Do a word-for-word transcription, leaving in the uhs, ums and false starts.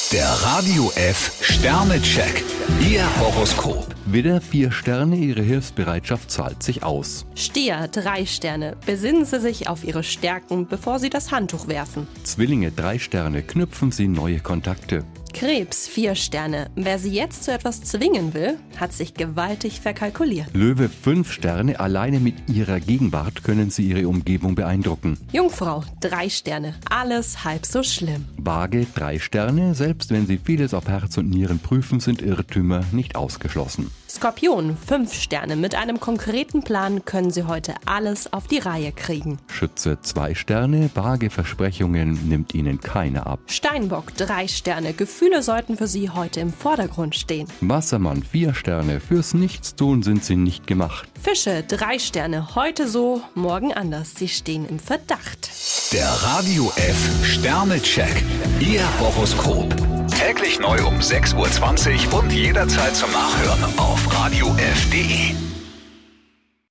Der Radio F Sternecheck. Ihr Horoskop. Widder, vier Sterne, Ihre Hilfsbereitschaft zahlt sich aus. Stier, drei Sterne. Besinnen Sie sich auf Ihre Stärken, bevor Sie das Handtuch werfen. Zwillinge, drei Sterne, knüpfen Sie neue Kontakte. Krebs, vier Sterne. Wer Sie jetzt zu etwas zwingen will, hat sich gewaltig verkalkuliert. Löwe, fünf Sterne, alleine mit Ihrer Gegenwart können Sie Ihre Umgebung beeindrucken. Jungfrau, drei Sterne. Alles halb so schlimm. Waage, drei Sterne, selbst wenn Sie vieles auf Herz und Nieren prüfen, sind Irrtümer nicht ausgeschlossen. Skorpion, fünf Sterne. Mit einem konkreten Plan können Sie heute alles auf die Reihe kriegen. Schütze, zwei Sterne, vage Versprechungen nimmt Ihnen keiner ab. Steinbock, drei Sterne. Gefühle sollten für Sie heute im Vordergrund stehen. Wassermann, vier Sterne, fürs Nichtstun sind Sie nicht gemacht. Fische, drei Sterne. Heute so, morgen anders. Sie stehen im Verdacht. Der Radio F Sternecheck. Ihr Horoskop. Täglich neu um sechs Uhr zwanzig und jederzeit zum Nachhören auf Radio F.